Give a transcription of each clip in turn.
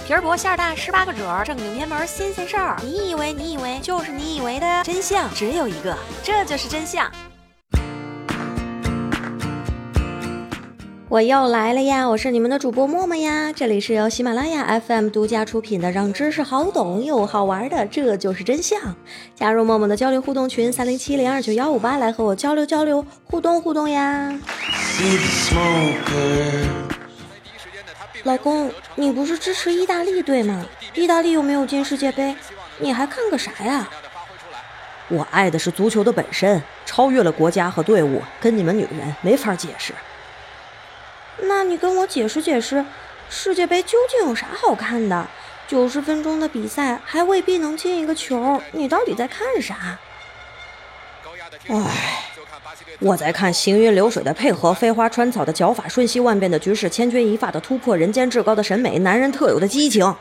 皮儿薄馅儿大，18个褶，正经偏门新鲜事儿。你以为就是你以为的真相只有一个，这就是真相。我又来了呀，我是你们的主播默默呀，这里是由喜马拉雅 FM 独家出品的让知识好懂又好玩的这就是真相。加入默默的交流互动群3070291558，来和我交流互动呀。老公，你不是支持意大利队吗？意大利又没有进世界杯，你还看个啥呀？ 我爱的是足球的本身，超越了国家和队伍，跟你们女人没法解释。 那你跟我解释解释，世界杯究竟有啥好看的？90分钟的比赛还未必能进一个球，你到底在看啥？ 我在看行云流水的配合，飞花穿草的脚法，瞬息万变的局势，千钧一发的突破，人间至高的审美，男人特有的激情。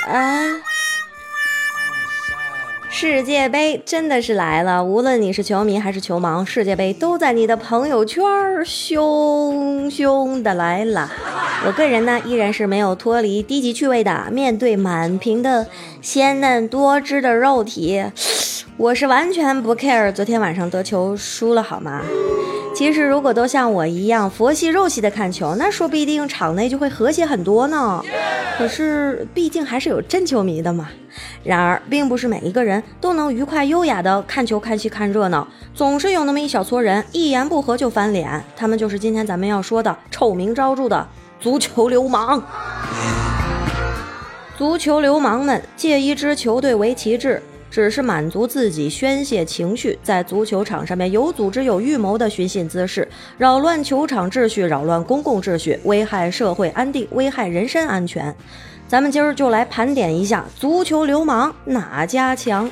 世界杯真的是来了，无论你是球迷还是球盲，世界杯都在你的朋友圈汹汹的来了。我个人呢，依然是没有脱离低级趣味的，面对满屏的鲜嫩多汁的肉体，我是完全不 care 昨天晚上德球输了好吗？其实如果都像我一样佛系肉系的看球，那说不定场内就会和谐很多呢。可是毕竟还是有真球迷的嘛。然而并不是每一个人都能愉快优雅的看球看戏看热闹，总是有那么一小撮人一言不合就翻脸，他们就是今天咱们要说的臭名昭著的足球流氓。足球流氓们借一支球队为旗帜，只是满足自己宣泄情绪，在足球场上面有组织有预谋的寻衅滋事，扰乱球场秩序，扰乱公共秩序，危害社会安定，危害人身安全。咱们今儿就来盘点一下足球流氓哪家强。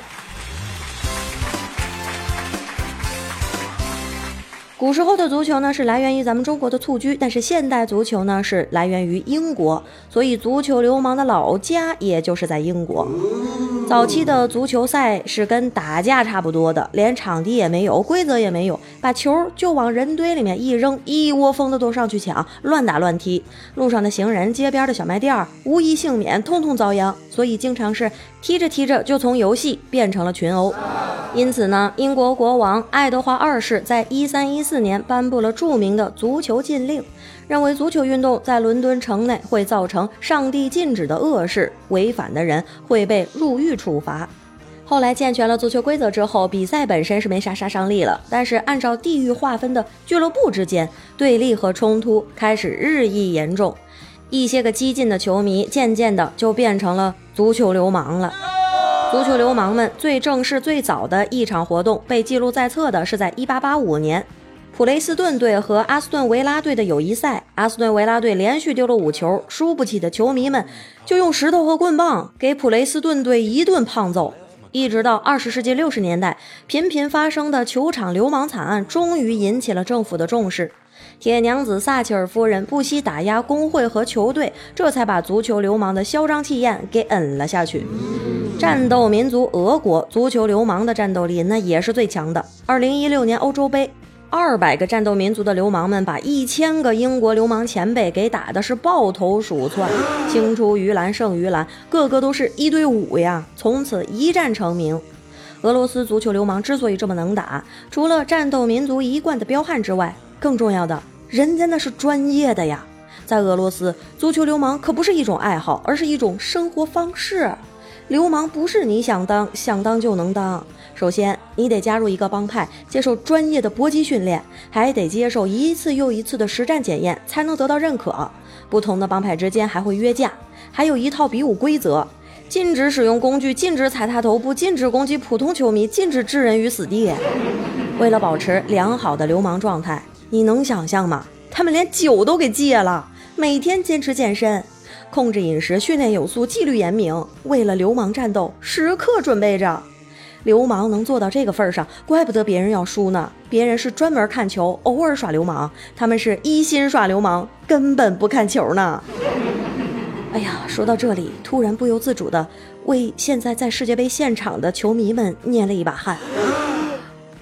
古时候的足球呢是来源于咱们中国的蹴鞠，但是现代足球呢是来源于英国，所以足球流氓的老家也就是在英国。早期的足球赛是跟打架差不多的，连场地也没有，规则也没有，把球就往人堆里面一扔，一窝蜂的都上去抢，乱打乱踢，路上的行人，街边的小卖店无一幸免，通通遭殃，所以经常是踢着踢着就从游戏变成了群殴。因此呢，英国国王爱德华二世在1314年颁布了著名的足球禁令，认为足球运动在伦敦城内会造成上帝禁止的恶事，违反的人会被入狱处罚。后来健全了足球规则之后，比赛本身是没啥杀伤力了，但是按照地域划分的俱乐部之间对立和冲突开始日益严重，一些个激进的球迷渐渐的就变成了足球流氓了。足球流氓们最正式最早的一场活动被记录在册的是在1885年普雷斯顿队和阿斯顿维拉队的友谊赛，阿斯顿维拉队连续丢了5球，输不起的球迷们就用石头和棍棒给普雷斯顿队一顿胖揍。一直到20世纪60年代，频频发生的球场流氓惨案终于引起了政府的重视。铁娘子撒切尔夫人不惜打压工会和球队，这才把足球流氓的嚣张气焰给摁了下去。战斗民族俄国足球流氓的战斗力那也是最强的。2016年欧洲杯，200个战斗民族的流氓们把1000个英国流氓前辈给打的是抱头鼠窜，青出于蓝胜于蓝，个个都是一对5呀，从此一战成名。俄罗斯足球流氓之所以这么能打，除了战斗民族一贯的彪悍之外，更重要的，人家那是专业的呀。在俄罗斯，足球流氓可不是一种爱好，而是一种生活方式。流氓不是你想当就能当，首先你得加入一个帮派，接受专业的搏击训练，还得接受一次又一次的实战检验，才能得到认可。不同的帮派之间还会约架，还有一套比武规则，禁止使用工具，禁止踩踏头部，禁止攻击普通球迷，禁止置人于死地。为了保持良好的流氓状态，你能想象吗？他们连酒都给戒了，每天坚持健身，控制饮食，训练有素，纪律严明，为了流氓战斗时刻准备着。流氓能做到这个份上，怪不得别人要输呢。别人是专门看球，偶尔耍流氓，他们是一心耍流氓，根本不看球呢。哎呀，说到这里，突然不由自主的为现在在世界杯现场的球迷们捏了一把汗。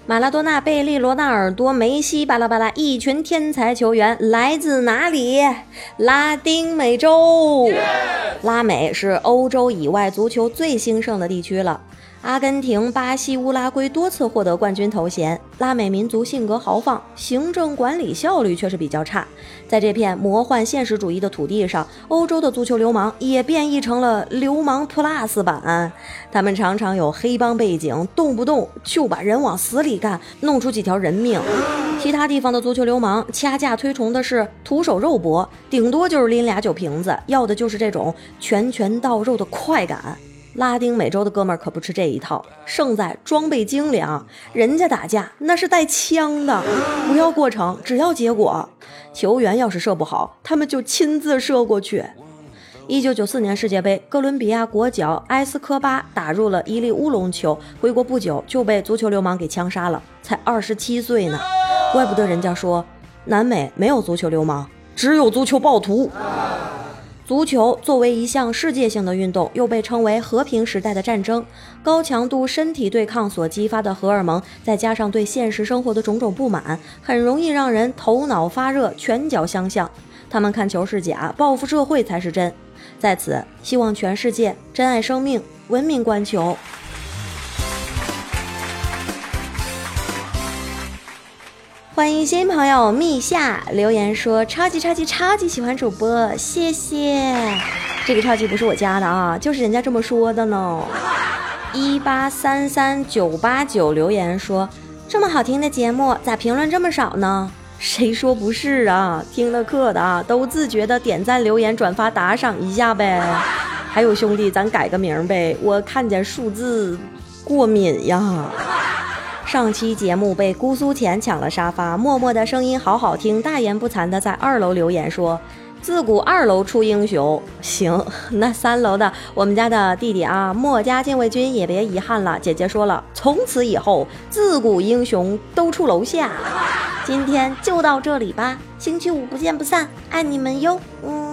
马拉多纳、贝利、罗纳尔多、梅西，巴拉巴拉，一群天才球员来自哪里？拉丁美洲。拉美是欧洲以外足球最兴盛的地区了。阿根廷、巴西、乌拉圭多次获得冠军头衔。拉美民族性格豪放，行政管理效率却是比较差。在这片魔幻现实主义的土地上，欧洲的足球流氓也变异成了流氓 Plus 版。他们常常有黑帮背景，动不动就把人往死里干，弄出几条人命。其他地方的足球流氓掐架推崇的是徒手肉搏，顶多就是拎俩酒瓶子，要的就是这种拳拳到肉的快感。拉丁美洲的哥们儿可不吃这一套，胜在装备精良，人家打架那是带枪的，不要过程，只要结果。球员要是射不好，他们就亲自射过去。1994年世界杯，哥伦比亚国脚埃斯科巴打入了一粒乌龙球，回国不久就被足球流氓给枪杀了，才27岁呢。怪不得人家说南美没有足球流氓，只有足球暴徒。足球作为一项世界性的运动，又被称为和平时代的战争。高强度身体对抗所激发的荷尔蒙，再加上对现实生活的种种不满，很容易让人头脑发热，拳脚相向。他们看球是假，报复社会才是真。在此，希望全世界珍爱生命，文明观球。欢迎新朋友蜜夏留言说超级喜欢主播，谢谢。这个超级不是我加的啊，就是人家这么说的呢。1833989留言说这么好听的节目咋评论这么少呢？谁说不是啊？听了课的都自觉的点赞留言转发打赏一下呗。还有兄弟咱改个名呗，我看见数字过敏呀。上期节目被姑苏钱抢了沙发，默默的声音好好听，大言不惭的在2楼留言说自古2楼出英雄。行，那3楼的我们家的弟弟啊，墨家禁卫军也别遗憾了，姐姐说了，从此以后自古英雄都出楼下。今天就到这里吧，星期五不见不散，爱你们哟。